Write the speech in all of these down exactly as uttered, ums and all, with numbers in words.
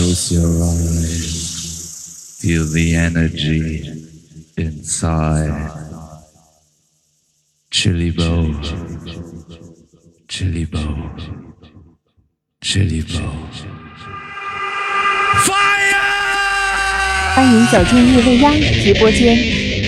Close your eyes. Feel the energy inside. Chili bowl. Chili bowl. Chili bowl. Fire! 欢迎走进夜未央直播间。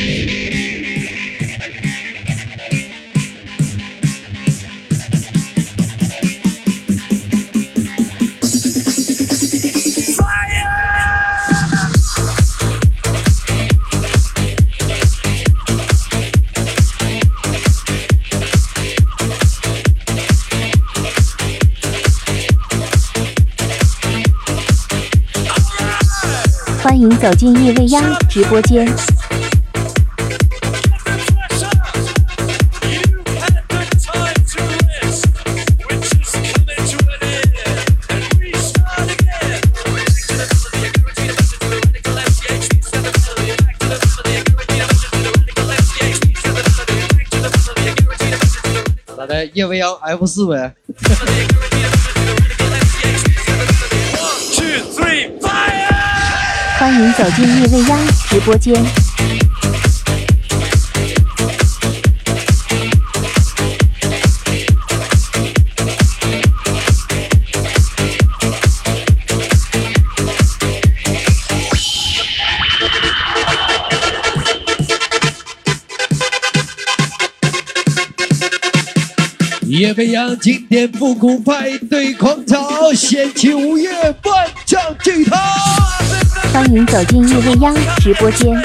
欢迎走进夜未央直播间。 咋的？夜未央 F 四呗。 欢迎走进夜未央直播间。 夜未央经典复古派对狂潮，掀起午夜万丈巨涛。 欢迎走进夜未央直播间。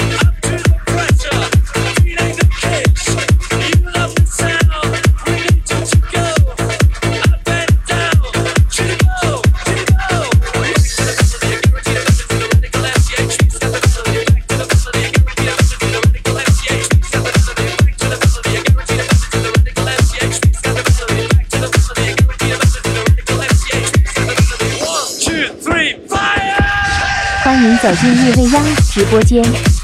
欢迎走进夜未央直播间。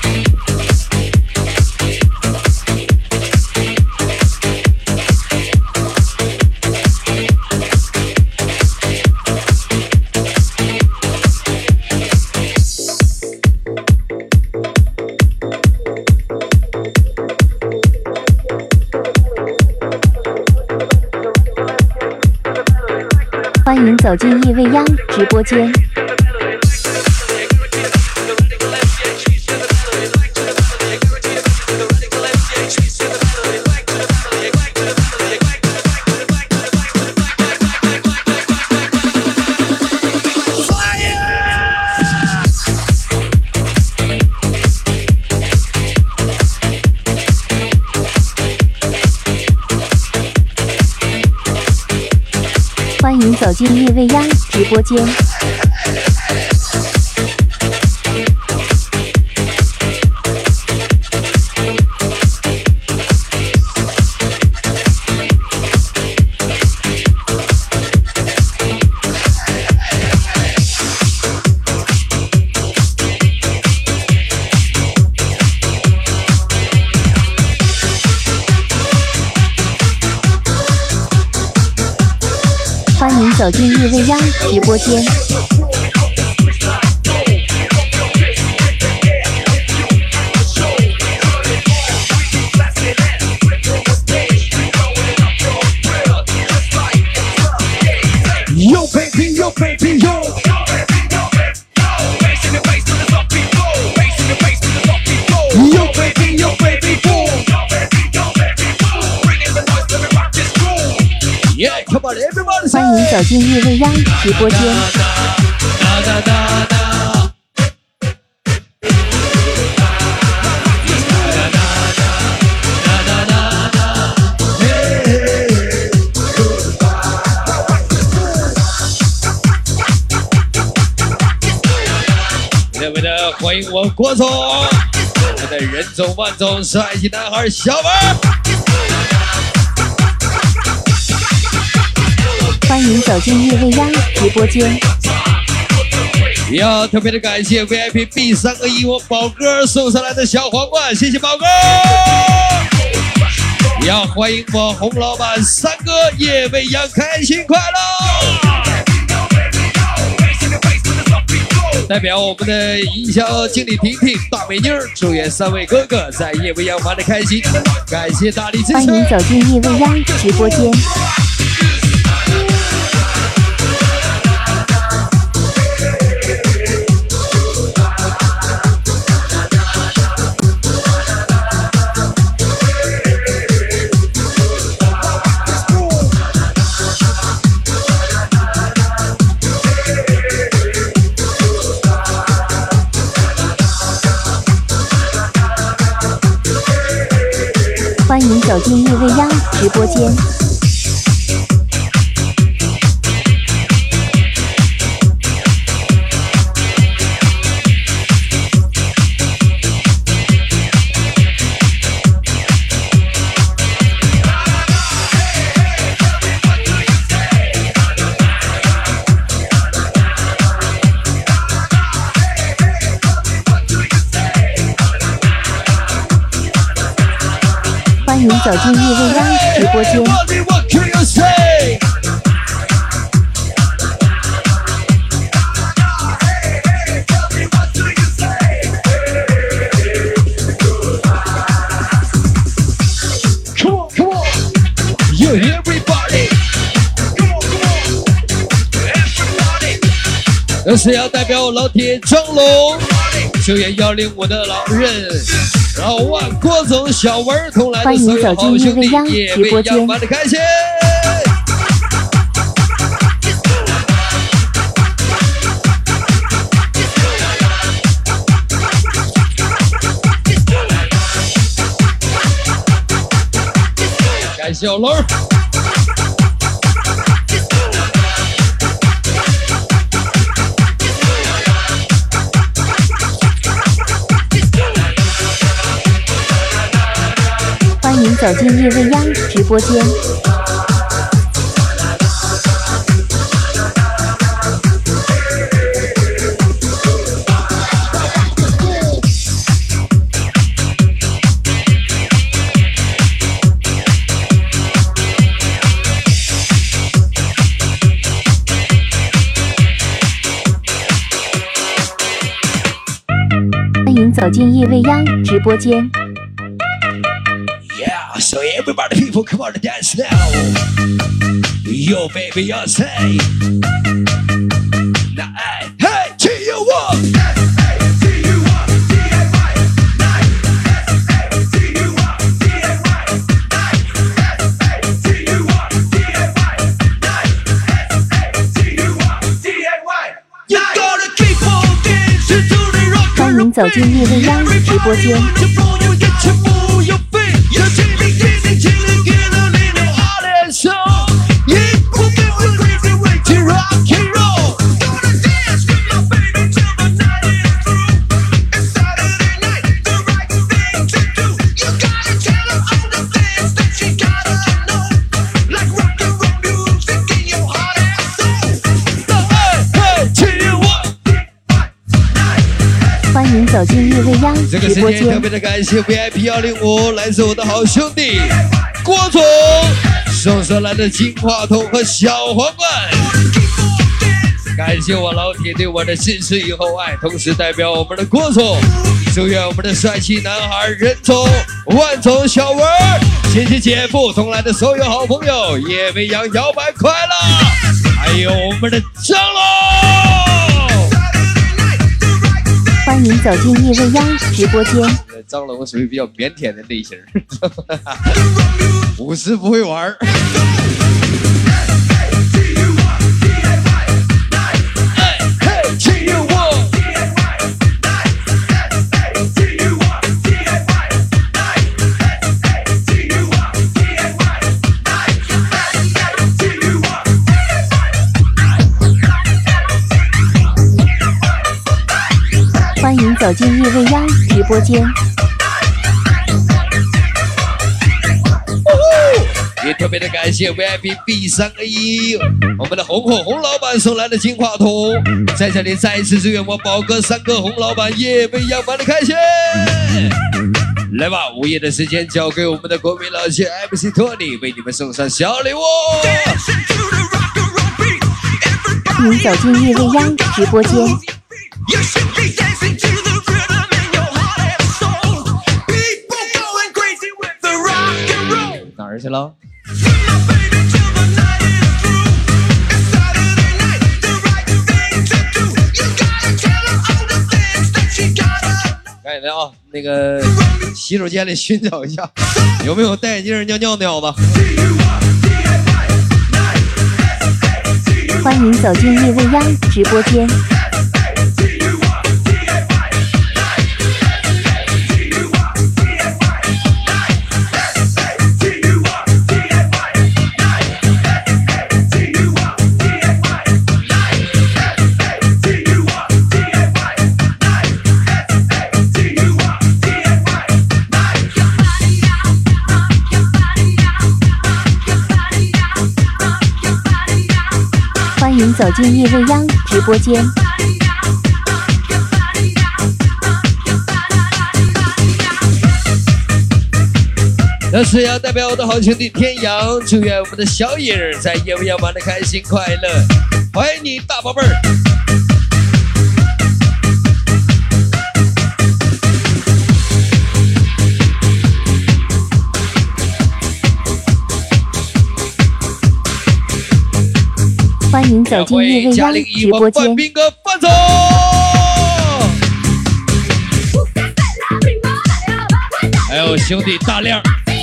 欢迎走进夜未央直播间。欢迎走进夜未央直播间。欢迎走进夜未央直播间。 Yo baby, yo baby, yo. Yo baby, yo baby, boom. Yeah, come on, everybody. 欢迎走进夜未央直播间。 各位的欢迎我郭总，我们的人中万中帅气男孩小文。 欢迎走进夜未央直播间。 要特别的感谢 V I P B 三个亿我宝哥送上来的小皇冠，谢谢宝哥。要欢迎我洪老板三哥夜未央开心快乐。 代表我们的营销经理婷婷、大美妞，祝愿三位哥哥在夜未央玩的开心，感谢大力支持。 欢迎走进夜未央直播间。欢迎走进夜未央直播间。欢迎走进夜未央直播间。 Come on, come on, you everybody, come on, come on, everybody。这是要代表老铁张龙，九月幺零五的老任。老万、郭总、小文同来的所有好兄弟，夜未央玩的开心。感谢小龙。 欢迎走进夜未央直播间。欢迎走进夜未央直播间。 Yeah, so everybody, people, come on and dance now. Yo, baby, you say. Now, hey, hey, T U one. S A T U one, D A Y, night. S A T U one, D A Y, night. S A T U one, D A Y, night. S A T U one, D A Y. You gotta keep on dancing to the rock. 欢迎走进夜未央直播间。欢迎走进夜未央这个直播间时间特。别的感谢 V I P 幺零五来自我的好兄弟郭总送上来的金话筒和小皇冠，感谢我老铁对我的支持与厚爱，同时代表我们的郭总，祝愿我们的帅气男孩任总、万总、小文、亲戚姐夫同来的所有好朋友，夜未央摇摆快乐，还有我们的张龙。 欢迎走进夜未央直播间。 张龙属于比较腼腆的类型，五十不会玩。 欢迎走进夜未央直播间。 也特别的感谢 V I P B 三 A 一，我们的红红红老板送来的金话筒，在这里再一次祝愿我宝哥三个红老板夜未央玩的开心。来吧，午夜的时间交给我们的国民老姐 M C 托尼，为你们送上小礼物。 欢迎走进夜未央直播间。 哪儿去了？赶紧的啊！那个洗手间里寻找一下，有没有戴眼镜尿尿尿的？ 欢迎走进夜未央直播间。欢迎走进夜未央直播间。 那是要代表我的好兄弟天阳，祝愿我们的小野人在夜未央玩的开心快乐。欢迎你，大宝贝儿。 欢迎走进夜未央直播间。 范斌哥，范总。还有兄弟大亮。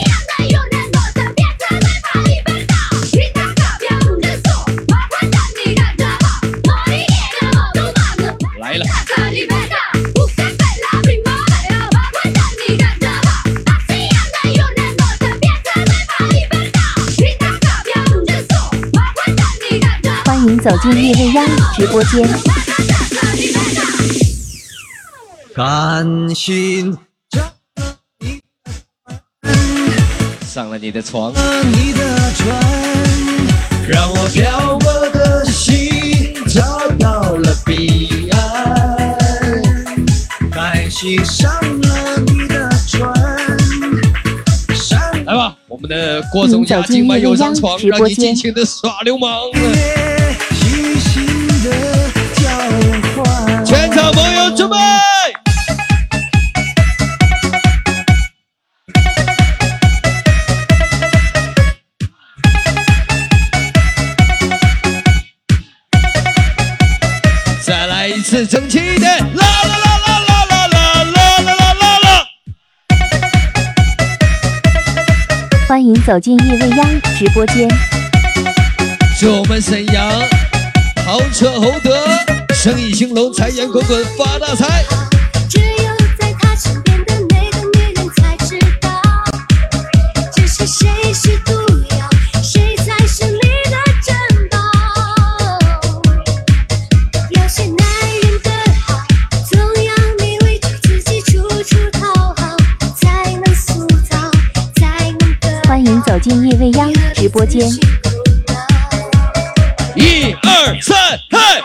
来了。 欢迎走进夜未央直播间。 甘心上了你的床， 你的船，让我漂泊的心找到了彼岸。甘心上了你的船。 来吧，我们的郭总押今晚又上床，让你尽情的耍流氓。全场朋友准备。再来一次整齐一点，啦啦啦啦啦啦啦啦啦啦啦！ 欢迎走进夜未央直播间。 祝我们沈阳豪车侯德，生意兴隆，财源滚滚，发大财。 只有在他身边的那个女人才知道，只是谁是毒药，谁才是你的珍宝。有些男人的好，总要你委屈自己，处处讨好，才能塑造，才能得。 欢迎走进夜未央直播间。 一二三，嘿！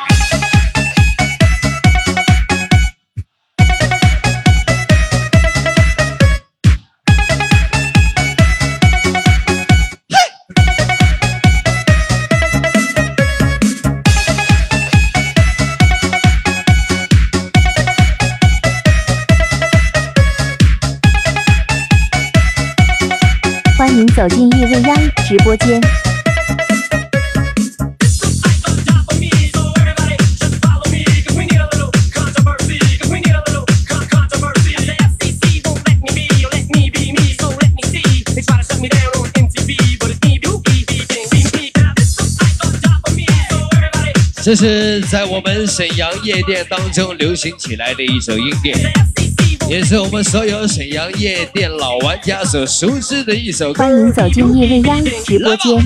欢迎走进夜未央直播间。 这是在我们沈阳夜店当中流行起来的一首音乐，也是我们所有沈阳夜店老玩家所熟知的一首歌。 欢迎走进夜未央直播间。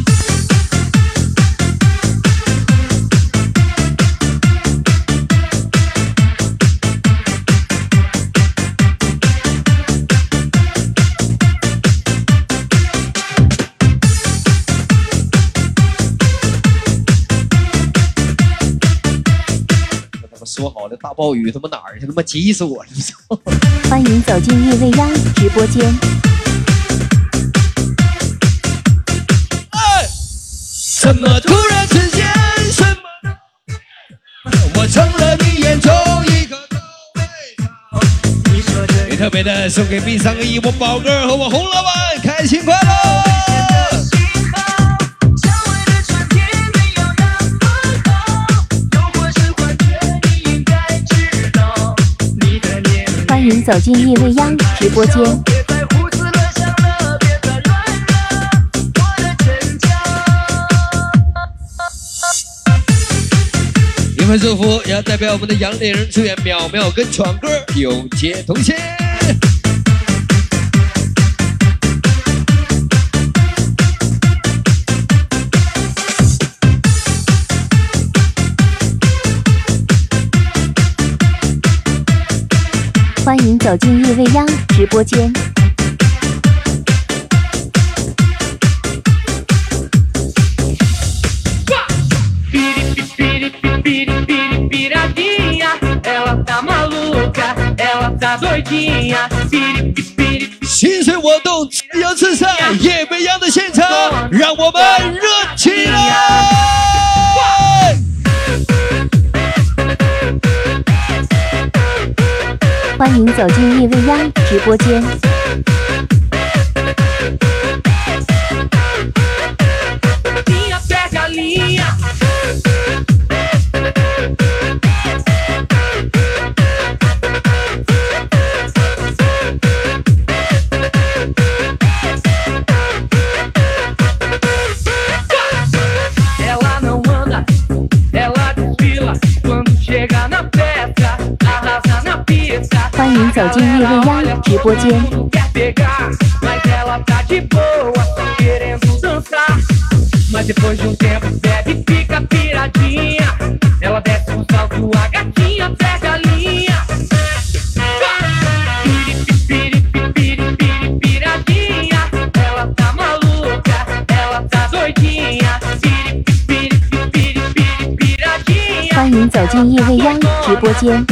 说好的大暴雨他妈哪儿去？他妈急死我了！ 欢迎走进夜未央直播间。 哎，怎么突然之间，什么？我成了你眼中一特别的送给 B 三个一我宝哥和我洪老板，开心快乐！ 欢迎走进夜未央直播间。 一份祝福也要代表我们的杨猎人祝愿淼淼跟闯哥永结同心。 欢迎走进夜未央直播间。 心随我动，自由自在，夜未央的现场，让我们热起来！ 欢迎走进夜未央直播间。欢迎走进夜未央直播间。Mas depois de um tempo bebe e fica piradinha. Ela desce um salto, a gatinha pega a linha. Piradinha, ela tá maluca, ela tá doidinha. Piradinha. 欢迎走进夜未央直播间。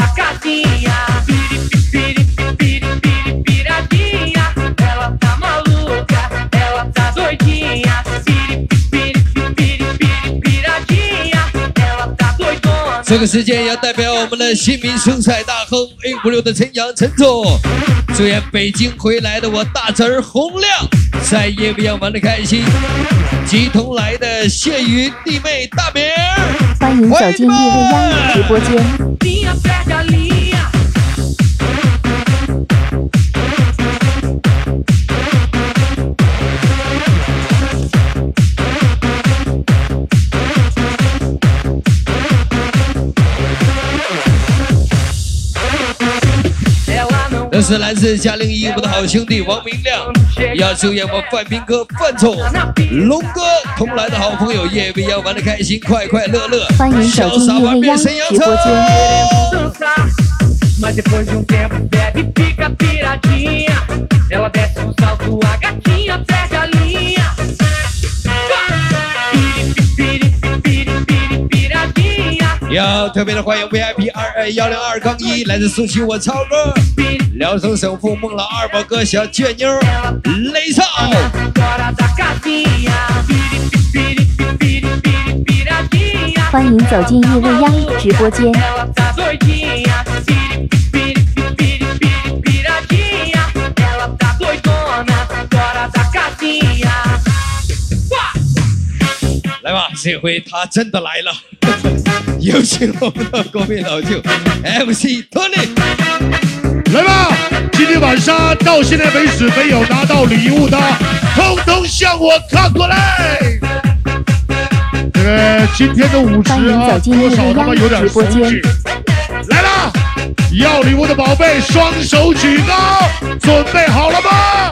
这个时间也要代表我们的新民生财大亨 A 五六的陈阳陈总，祝愿北京回来的我大侄儿洪亮在夜未央玩的开心。吉同来的谢云弟妹大明， 欢迎走进夜未央直播间。 这是来自嘉陵一五的好兄弟王明亮，要祝愿我范斌哥范总、龙哥同来的好朋友夜未央玩的开心，快快乐乐， 欢迎走进夜未央直播间。Mas depois de um tempo bebe e fica piradinha. Ela desce um salto, a gatinha pega a linha. 要特别的欢迎 V I P 二二幺零二杠一，来自苏区我超哥，辽城首富孟老二宝哥小倔妞雷少。 欢迎走进夜未央直播间。 来吧，这回他真的来了，有请我们的国民老舅 M C 托尼。 来吧，今天晚上到现在为止没有拿到礼物的，统统向我看过来。这个今天的舞池啊，多少他妈有点俗气。来了，要礼物的宝贝，双手举高，准备好了吗？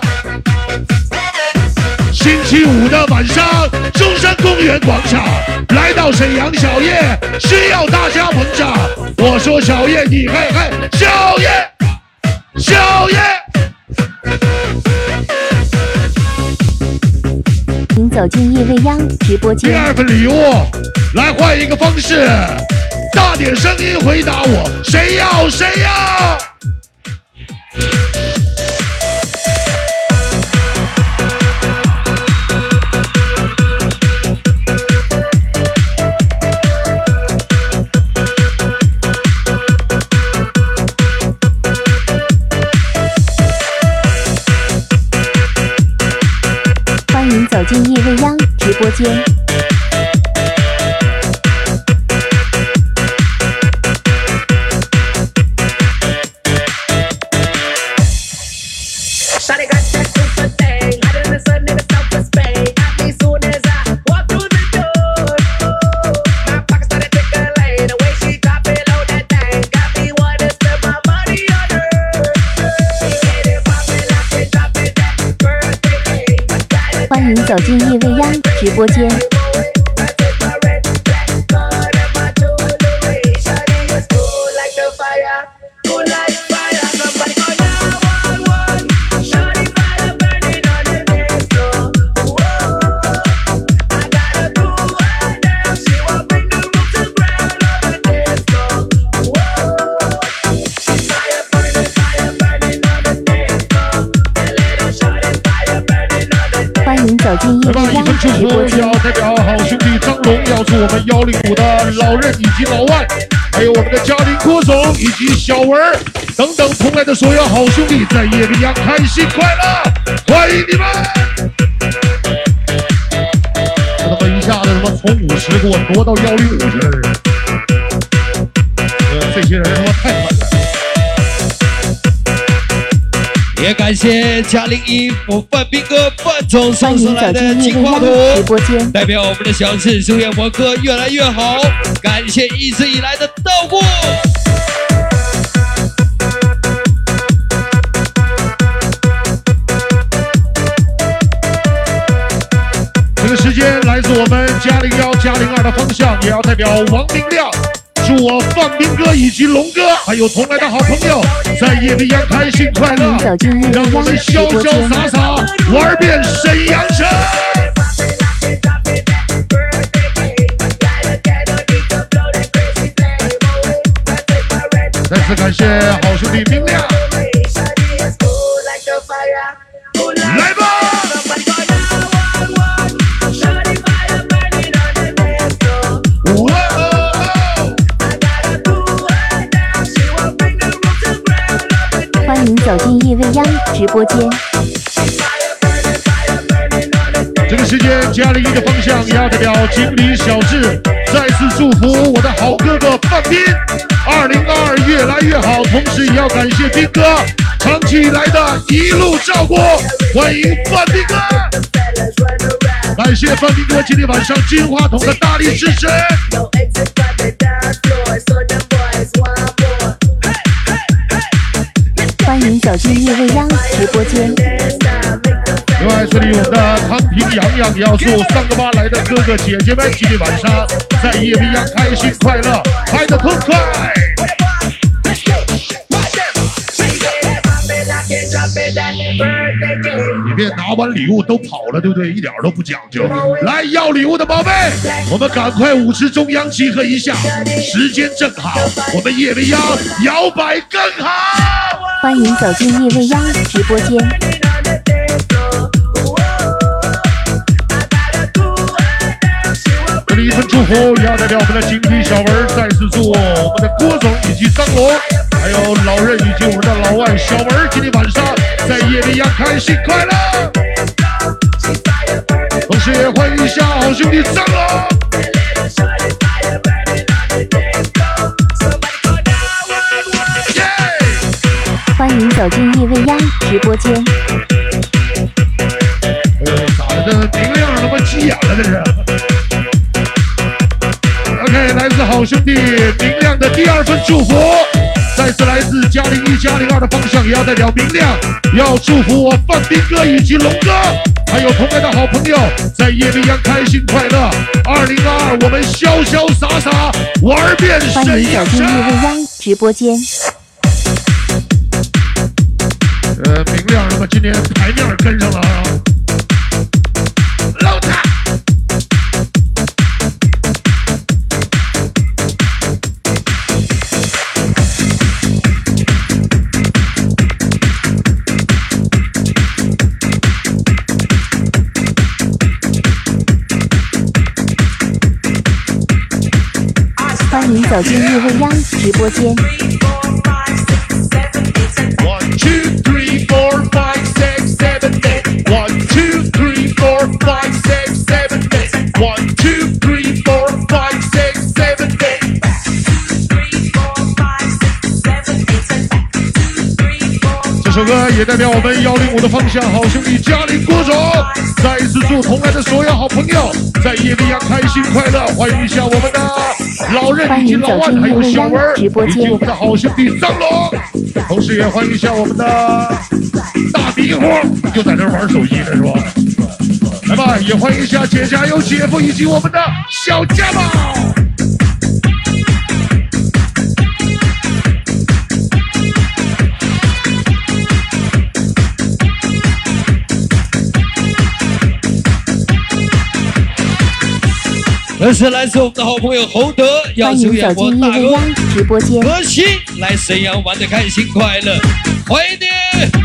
星期五的晚上，中山公园广场，来到沈阳小叶，需要大家捧场。我说小叶，你嘿嘿，小叶，小叶。 请走进夜未央直播间。 第二份礼物，来换一个方式，大点声音回答我，谁要谁要？ 间。 Shawty got that super thing, hotter than the sun in the south of Spain. Got me soon as I walk through the door. My pocket started tickling, the way she drop it low that thing got me wanna spend my money on her. She hit it, pop it, lock it, drop it, that birthday cake. 欢迎走进叶未央直播间。 I take my red, black card and my jewelry. Shawty is cool like the fire, cool like fire. Somebody call nine one one. Shawty fire burning on the dance floor. Whoa, I gotta cool her down. She won't bring the roof to ground on the dance floor. Whoa, she's fire burning, fire burning on the dance floor. That little shawty fire burning on the dance floor. 欢迎走进叶来吧， 未央一份祝直播间福要。代表好兄弟张龙，要祝我们幺零五的老任以及老万，还有我们的嘉玲郭总以及小文儿等等同来的所有好兄弟，在夜未央开心快乐，欢迎你们！这他妈一下子他妈从五十给我挪到幺零五去了，呃，这些人他妈太狠了。 也感谢嘉玲姨夫范斌哥范总欢迎走送上来的进叶未央金话筒， 直播间。 代表我们的小智祝愿我哥越来越好，感谢一直以来的照顾。 这个时间来自我们嘉零幺、嘉零二的方向，也要代表王明亮，祝我范斌哥以及龙哥，还有同来的好朋友，在夜未央开心快乐， 走进叶未央让我们直潇潇播间。 洒洒玩遍沈阳城。再次感谢好兄弟明亮，来吧！ 欢迎走进叶未央直播间。 这个时间，嘉陵一的方向也要代表经理小智再次祝福我的好哥哥范斌，二零二二越来越好。同时，也要感谢斌哥长期以来的一路照顾，欢迎范斌哥，感谢范斌哥今天晚上金话筒的大力支持。 欢迎走进叶未央直播间。 另外，这里我们的康平洋洋也要祝三个八来的哥哥姐姐们今天晚上在夜未央开心快乐，嗨得痛快。 你别拿完礼物都跑了，对不对？一点都不讲究。来要礼物的宝贝，我们赶快舞池中央集合一下，时间正好，我们夜未央摇摆更好。 欢迎走进叶未央直播间。 这里一份祝福，也要代表我们的经理小文再次祝我们的郭总以及张龙，还有老任以及我们的老万小文，今天晚上在夜未央开心快乐。同时也欢迎一下好兄弟张龙。 欢迎走进叶未央直播间。 呃，咋的？这明亮他妈急眼了，这是。OK， 来自好兄弟明亮的第二份祝福，再次来自嘉零一、嘉零二的方向，也要代表明亮，要祝福我范斌哥以及龙哥，还有同来的好朋友，在夜未央开心快乐。二零二二，我们潇潇洒洒玩遍欢迎沈阳城。 走进叶未央直播间。 呃，明亮他妈今天台面跟上了啊！老大。 欢迎走进叶未央直播间。 One two three four five six seven eight. One two three four five six seven eight. 也代表我们幺零五的方向好兄弟嘉陵郭总，再一次祝同来的所有好朋友在夜里阳开心快乐。欢迎一下我们的老任以及老万，还有小文，以及我们的好兄弟张龙，同时也欢迎一下我们的大迷糊，就在这玩手机的是吧？来吧，也欢迎一下姐家有姐夫以及我们的小家宝。 这是来自我们的好朋友侯德，要求演我大哥直播间何鑫来沈阳玩的开心快乐，欢迎你！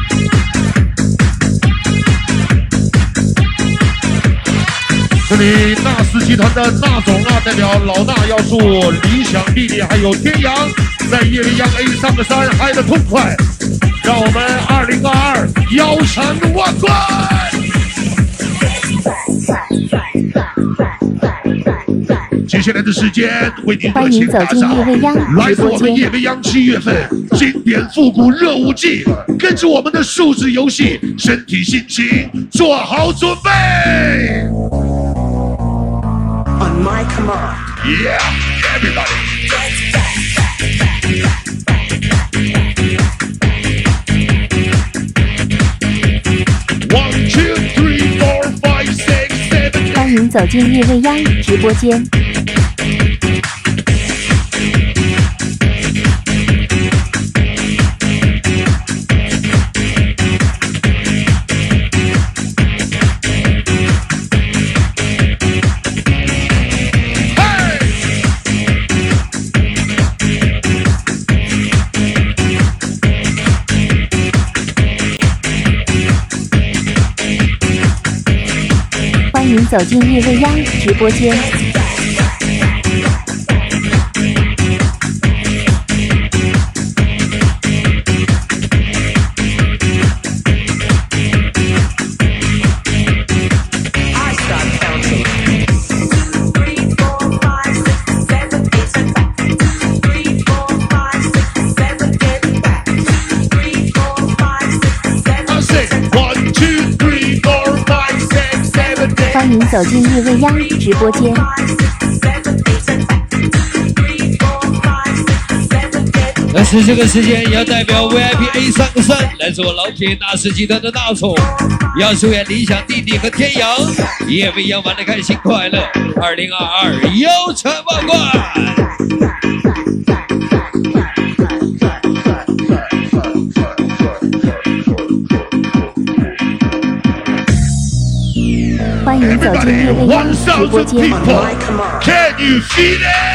这里纳斯集团的纳总啊，代表老衲要祝理想弟弟还有天阳在夜里阳 A 三个三嗨得痛快，让我们二零二二腰缠万贯。接下来的时间为您热情打赏，来自我们夜未央七月份经典复古热舞季，跟着我们的数字游戏，身体心情做好准备。 On my command. Yeah, everybody. One, two, three, four, five, six, seven. 欢迎走进夜未央直播间。欢迎走进夜未央直播间。欢迎走进夜未央直播间。 但是这个时间也要代表 V I P A 三个三，来自我老铁纳斯集团的大总，要祝愿理想弟弟和天阳夜未央玩的开心快乐，二零二二腰缠万贯。 欢迎走进夜未央直播间。 Can you feel it？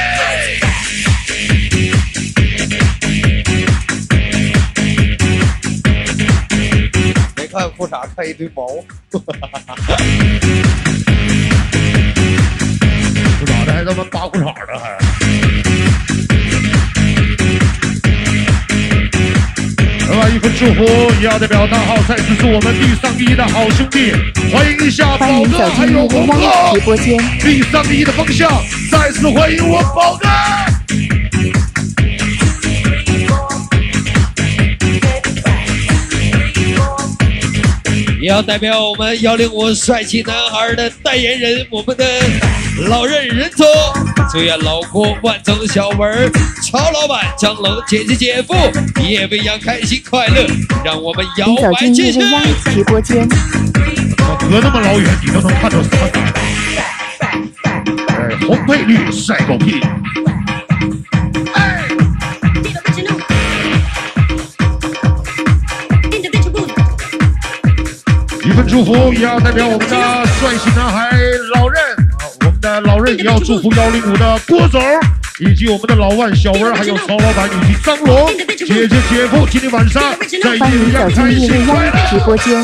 没看裤衩，看一堆毛。 裤衩的还他妈扒裤衩的还。来吧，一份祝福也要代表大号再次祝我们地上第一的好兄弟，欢迎一下宝哥还有红哥直播间。 地上第一的方向，再次欢迎我宝哥。 也要代表我们幺零五帅气男孩的代言人，我们的老任任总，祝愿老郭、万总、小文、曹老板、张龙、姐姐、姐夫夜未央开心快乐，让我们摇摆继续。 直播间， 我隔那么老远，你都能看到什么色？哎，红配绿晒狗屁。一份祝福也要代表我们的帅气男孩老任啊，我们的老任也要祝福幺零五的郭总，以及我们的老万、小文，还有曹老板以及张龙姐姐、姐夫，今天晚上在夜未央开心快乐直播间。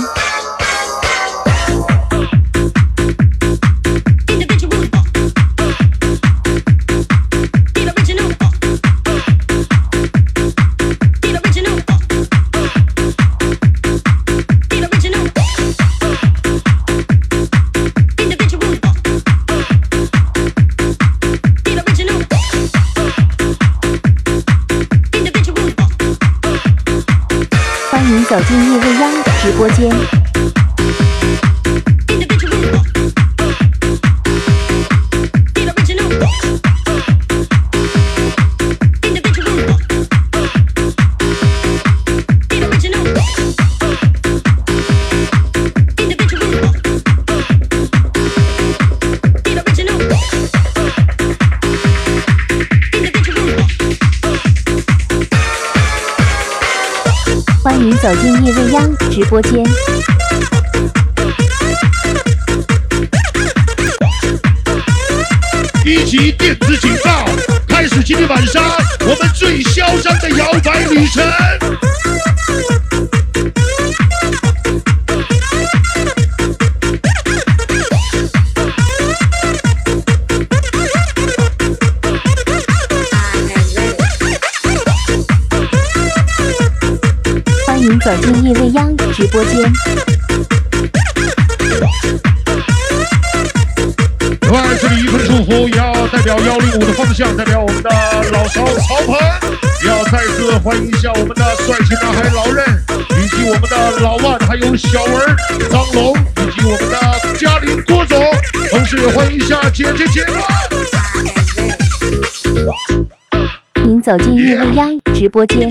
走走进叶未央直播间。欢迎走进叶未央直播间。 一级电子警报，开始今天晚上我们最嚣张的摇摆旅程。 欢迎走进叶未央直播间。 另外，这里一份祝福也要代表幺零五的方向，代表我们的老巢曹鹏，也要再次欢迎一下我们的帅气男孩老任，以及我们的老万，还有小文、张龙，以及我们的嘉玲郭总，同时也欢迎一下姐姐姐们。 欢迎走进叶未央直播间。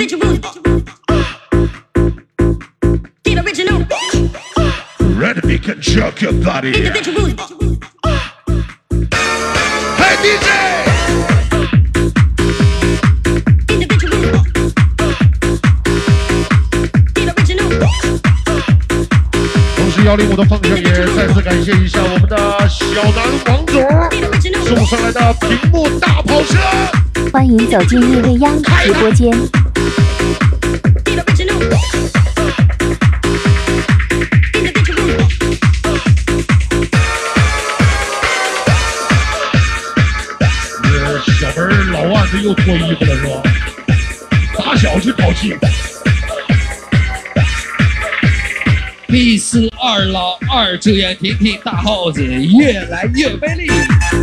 Red me can choke your body. Hey D J. 同时幺零五的方向也再次感谢一下我们的小南王总送上来的屏幕大跑车。 欢迎走进叶未央直播间。 小文老万子又脱衣服了是吧？打小就淘气。 第四二老二遮眼婷婷大耗子越来越美丽。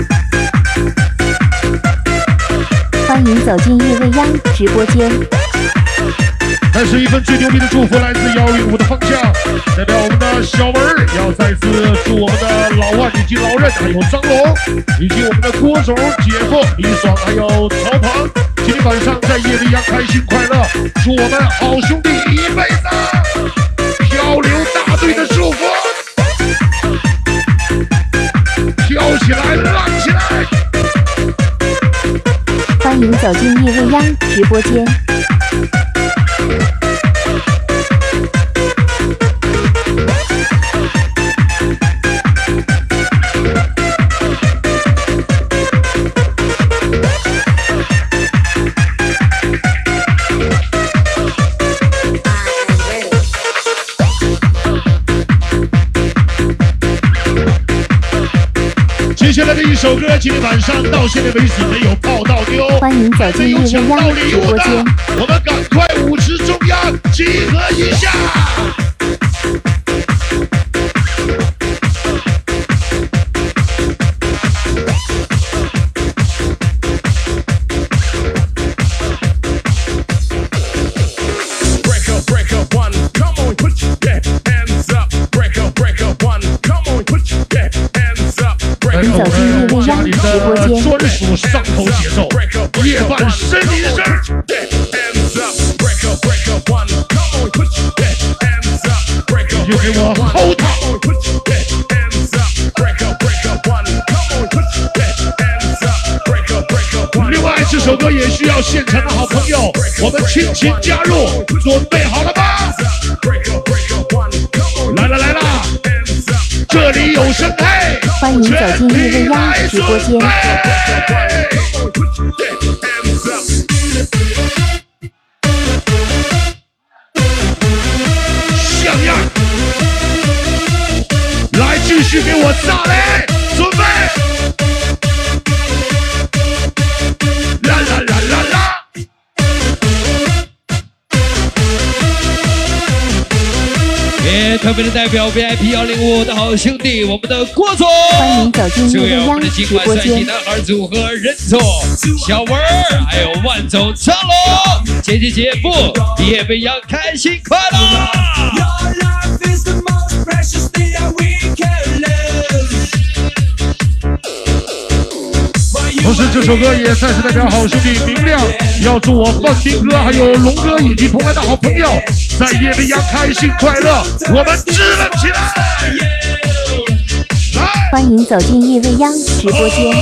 欢迎走进叶未央直播间。 但是一份最牛逼的祝福来自幺零五的方向，代表我们的小文要再次祝我们的老万以及老任，还有张龙，以及我们的郭总、姐夫李爽，还有曹鹏，今天晚上在夜里一样开心快乐，祝我们好兄弟一辈子！漂流大队的祝福，飘起来，浪起来！ 欢迎走进叶未央直播间。 接下来的一首歌，今天晚上到现在为止没有泡到妞， 欢迎走进叶未央直播间。 我们赶快舞池中央集合一下。 欢迎走进叶未央直播间。 专属上头节奏，夜半呻吟声。就给我吼他！另外，这首歌也需要现场的好朋友，我们亲情加入，准备好了吗？来了来了，这里有声嘿！ 欢迎走进叶未央直播间。 像样，来继续给我炸嘞！准备，啦啦啦啦啦！ 也特别的代表 V I P 幺零五的好兄弟，我们的郭总， 欢迎走进叶未央直播间。 帅气男孩组合任总、小文儿，还有万总、张龙。 谢谢姐夫，叶飞扬开心快乐。 同时，这首歌也再次代表好兄弟明亮，要祝我范斌哥、还有龙哥以及同来的好朋友，在夜飞扬开心快乐，我们支棱起来！来， 欢迎走进夜未央直播间。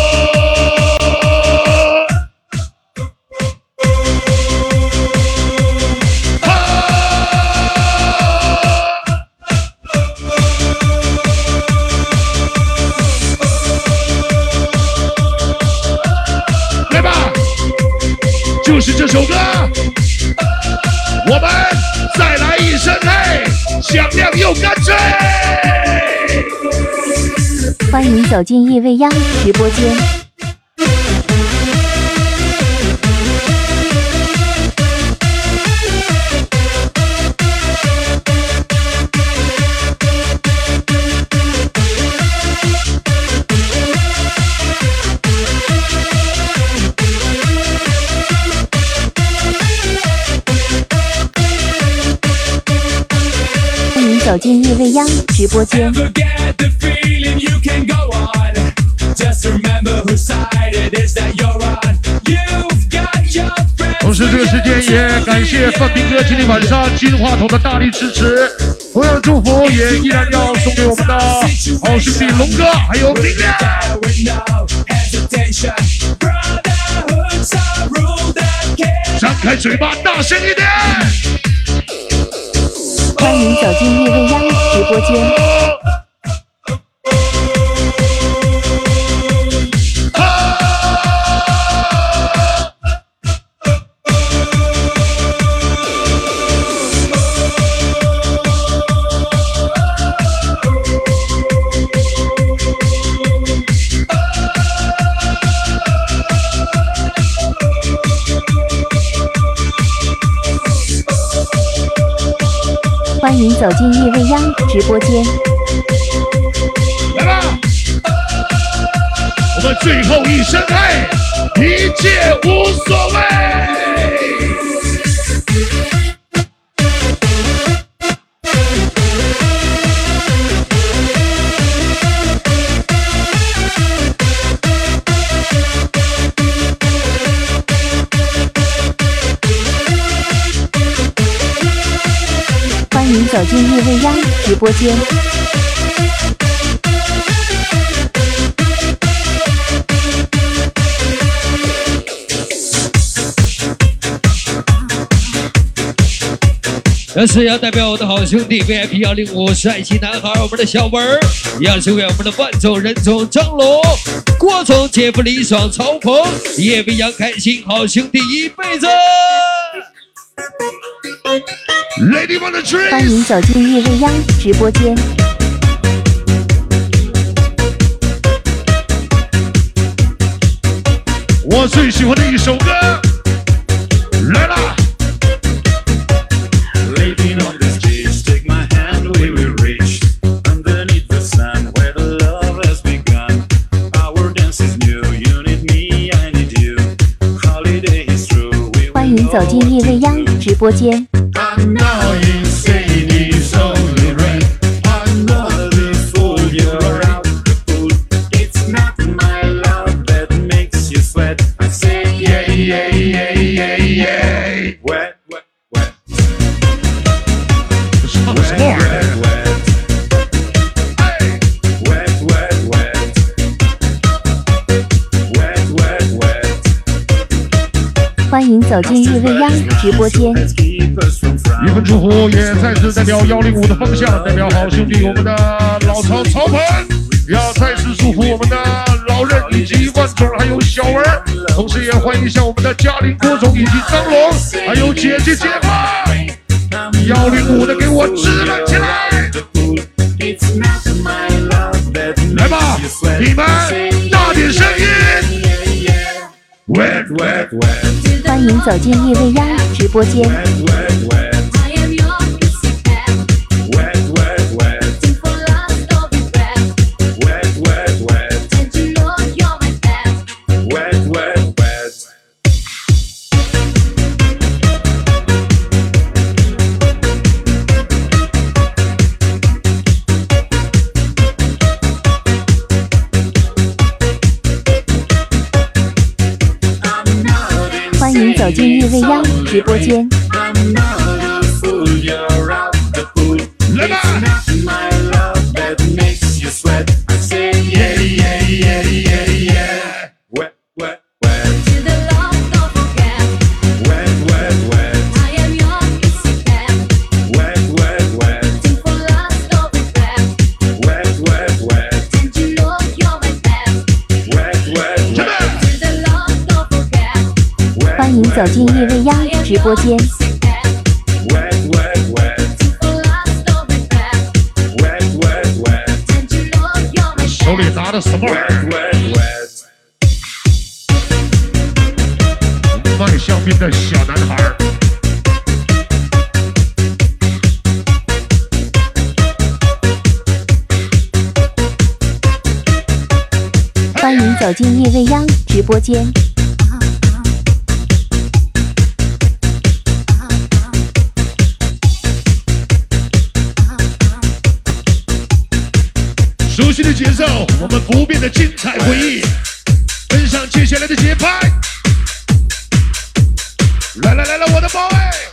就是这首歌，我们再来一声嘿，响亮又干脆。 欢迎走进夜未央直播间。走进夜未央直播间。 同时，这个时间也感谢范斌哥今天晚上金话筒的大力支持，同样的祝福也依然要送给我们的好兄弟龙哥还有明亮。张开嘴巴，大声一点！ 欢迎走进夜未央直播间。欢迎走进夜未央直播间。 来吧，我们最后一声嘿，一切无所谓。 欢迎走进夜未央直播间。 这是要代表我的好兄弟 V I P 幺零五帅气男孩，我们的小文儿，要是为我们的万总、任总、张龙、郭总、姐夫李爽、曹鹏，夜未央开心，好兄弟一辈子。 欢迎走进夜未央直播间。 我最喜欢的一首歌来了。 欢迎走进夜未央直播间。欢迎走进夜未央直播间。 一份祝福也再次代表幺零五的方向，代表好兄弟我们的老曹曹鹏，要再次祝福我们的老任以及万总还有小文，同时也欢迎一下我们的嘉玲、郭总以及张龙，还有姐姐姐夫，幺零五的给我支棱起来！来吧，你们大点声音！ Wet, wet, wet. 欢迎走进夜未央直播间。 Wet, wet, wet. 迎走进夜未央直播间。 来吧！ 欢迎走进夜未央直播间。 手里拿的什么玩意儿？卖香槟的小男孩。 欢迎走进夜未央直播间。 熟悉的节奏，我们不变的精彩回忆，跟上接下来的节拍。来来来来，我的宝贝！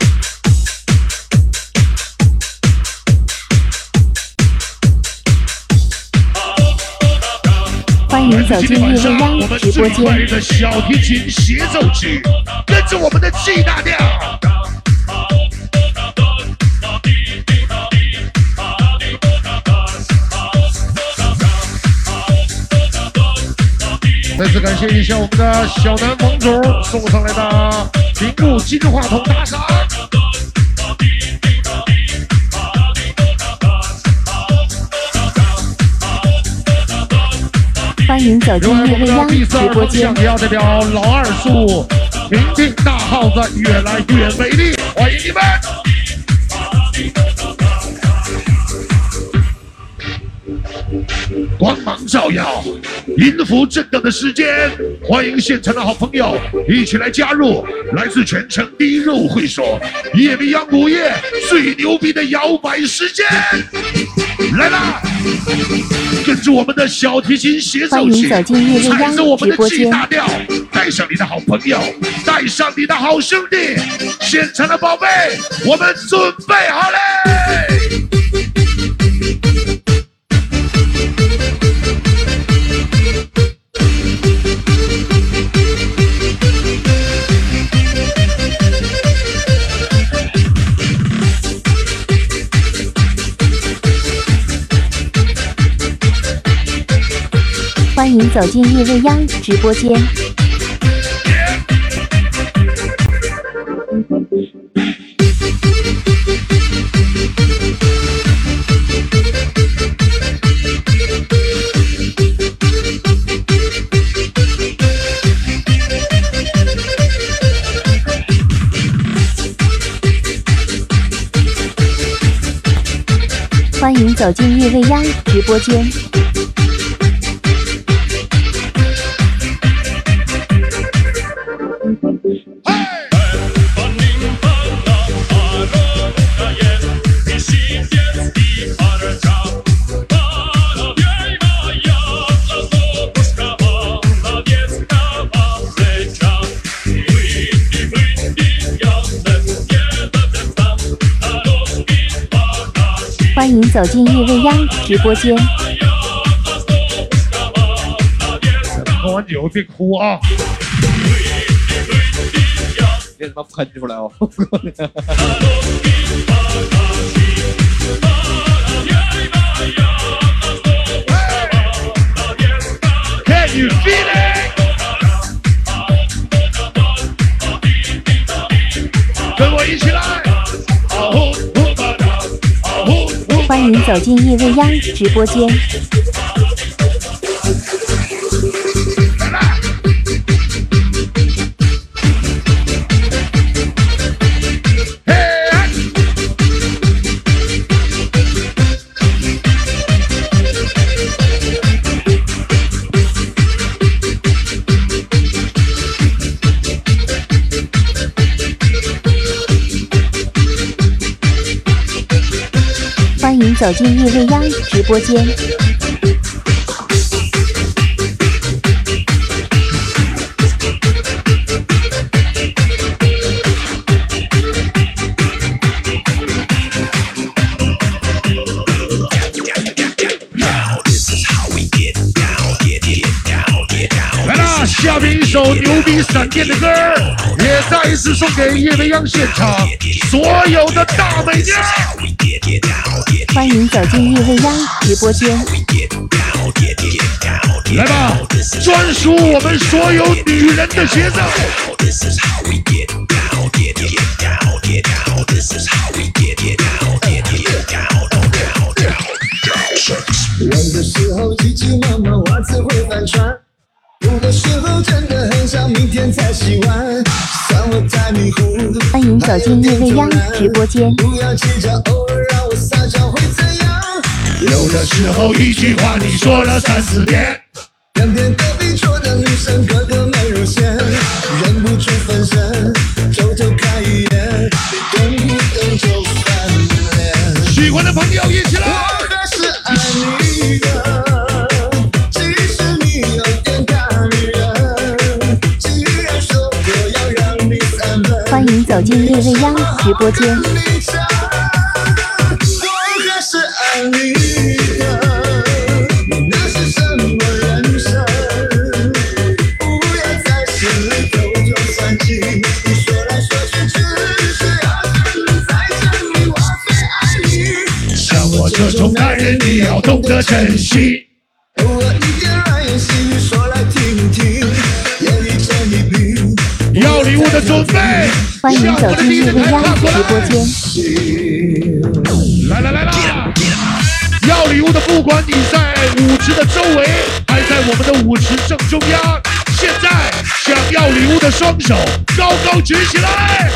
欢迎走进夜未央我们直播最快间。 的小提琴协奏曲，跟着我们的 G 大调。再次感谢一下我们的小南盟主送上来的屏幕金话筒打赏。 欢迎走进夜未央直播间。 要代表老二叔，平定大耗子越来越美丽，欢迎你们！光芒照耀，音符震动的时间，欢迎现场的好朋友一起来加入来自全城第一肉会所夜未央午夜最牛逼的摇摆时间，来吧！跟着我们的小提琴协奏曲，踩着我们的 G 大调，带上你的好朋友，带上你的好兄弟，现场的宝贝，我们准备好嘞！ 欢迎走进夜未央直播间。欢迎走进夜未央直播间。欢迎走进夜未央直播间。 喝完酒别哭啊！ 别他妈喷出来哦 ！Can you feel it？ 跟我一起来！ 欢迎走进夜未央直播间。欢迎走进夜未央直播间。 比闪电的歌儿，也再一次送给叶未央现场所有的大美妞。 欢迎走进叶未央直播间。 来吧，专属我们所有女人的节奏。 冷的时候急急忙忙，袜子会翻船；哭的时候真的很想明天才洗完。算我太迷糊。 欢迎走进叶未央直播间。 不要计较，偶尔让我撒娇会怎样？ 有的时候一句话你说了三四遍。 偏偏隔壁桌的女生个个美如仙，忍不住分身，偷偷看一眼，动不动就翻脸。 喜欢的朋友一起来。 我还是爱你的，即使你有点大女人。既然说过要让你三分， 欢迎走进叶未央直播间。 我还是爱你的，你那是什么人生？不要在心里偷偷算计，你说来说去只是要证明再证明我最爱你。 像我这种男人，你要懂得珍惜。 偶尔一点软言细语说来听听，眼里见一笔。 要礼物的准备， 欢迎走进叶未央直播间。 来来来啦！要礼物的，不管你在舞池的周围，还在我们的舞池正中央，现在想要礼物的双手高高举起来！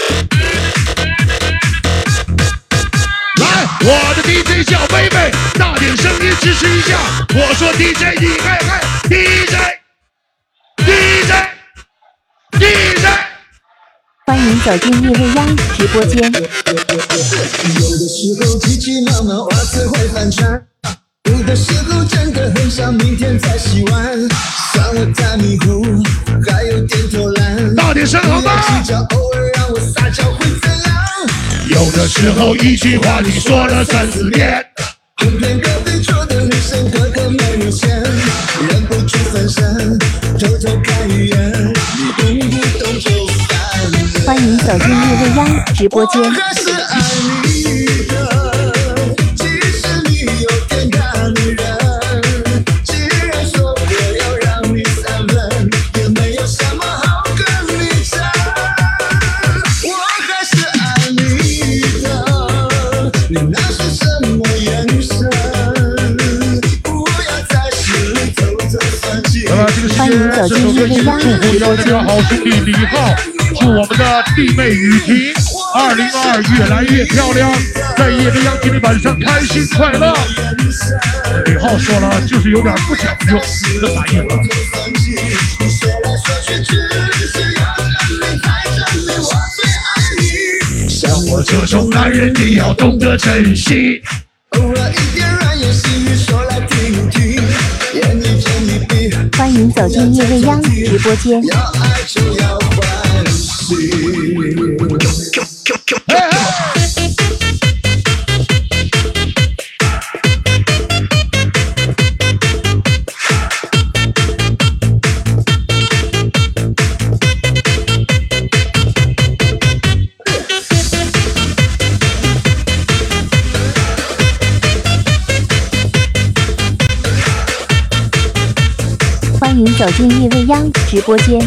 来，我的 D J 小妹妹，大点声音支持一下！我说 D J 你嗨嗨 ，D J，D J，D J。 欢迎走进叶未央直播间。 有的时候急急忙忙，袜子会翻船；有的时候真的很想明天再洗完。算我太迷糊，还有点偷懒。 大点声好吗？ 计较，偶尔让我撒娇会怎样？ 有的时候一句话你说了三四遍。 偏偏隔壁桌的女生个个美如仙，忍不住分身，偷偷看一眼，你动不动就翻脸。 欢迎走进叶未央直播间。 我还是爱你的，即使你有点大女人。既然说过要让你三分，也没有什么好跟你讲。我还是爱你的，你那是什么眼神？不要在心里偷偷算计。 那么这个时间，这首歌曲祝福到那个好兄弟李浩。祝我们的弟妹雨婷，二零二二越来越漂亮，在叶未央天地板上开心快乐。李浩说了，就是有点不讲究，这啥意思？像我这种男人，你要懂得珍惜。 偶尔一点软言细语说来听听，眼一见一闭。 欢迎走进叶未央直播间。 要爱就要欢喜。 欢迎走进叶未央直播间。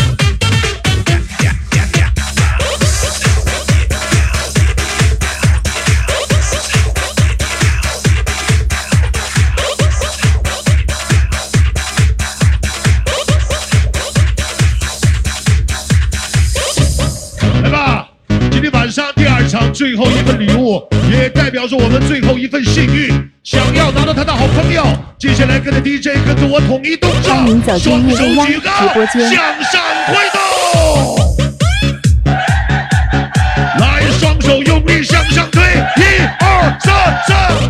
来吧，今天晚上第二场最后一份礼物，也代表着我们最后一份幸运。想要拿到他的好朋友，接下来跟着 D J 跟着我统一动作， 欢迎走进叶未央双手举高直播间， 向上挥动，来，双手用力向上推，一二三三。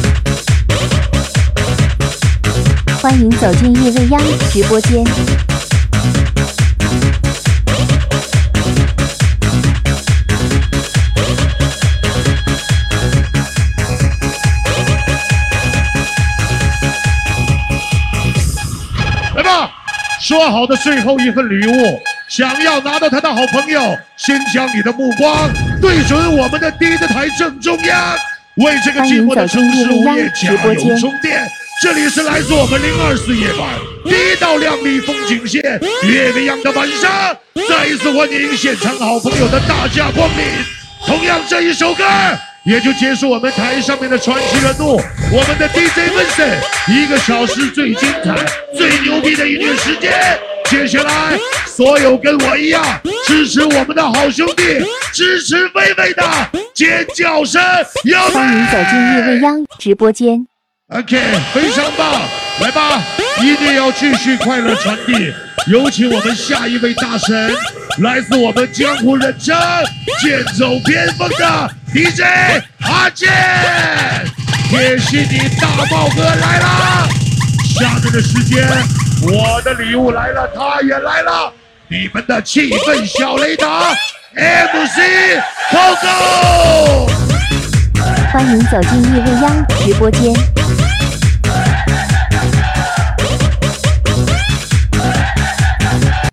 欢迎走进叶未央直播间。 说好的最后一份礼物，想要拿到它的好朋友，先将你的目光对准我们的第一的台正中央，为这个寂寞的城市午夜加油充电。这里是来自我们零二四夜晚第一道亮丽风景线月未央的晚上，再一次欢迎现场好朋友的大驾光临。同样这一首歌也就结束我们台上面的传奇人物，我们的 D J Vincent 一个小时最精彩、最牛逼的音乐时间。接下来，所有跟我一样支持我们的好兄弟、支持薇薇的尖叫声，有没？ 欢迎走进夜未央直播间。 OK， 非常棒，来吧，一定要继续快乐传递。有请我们下一位大神，来自我们江湖人称剑走偏锋的 D J 阿健，铁西尼大帽哥来啦！下面的时间，我的礼物来了，他也来了，你们的气氛小雷达 M C Coco。 欢迎走进夜未央直播间。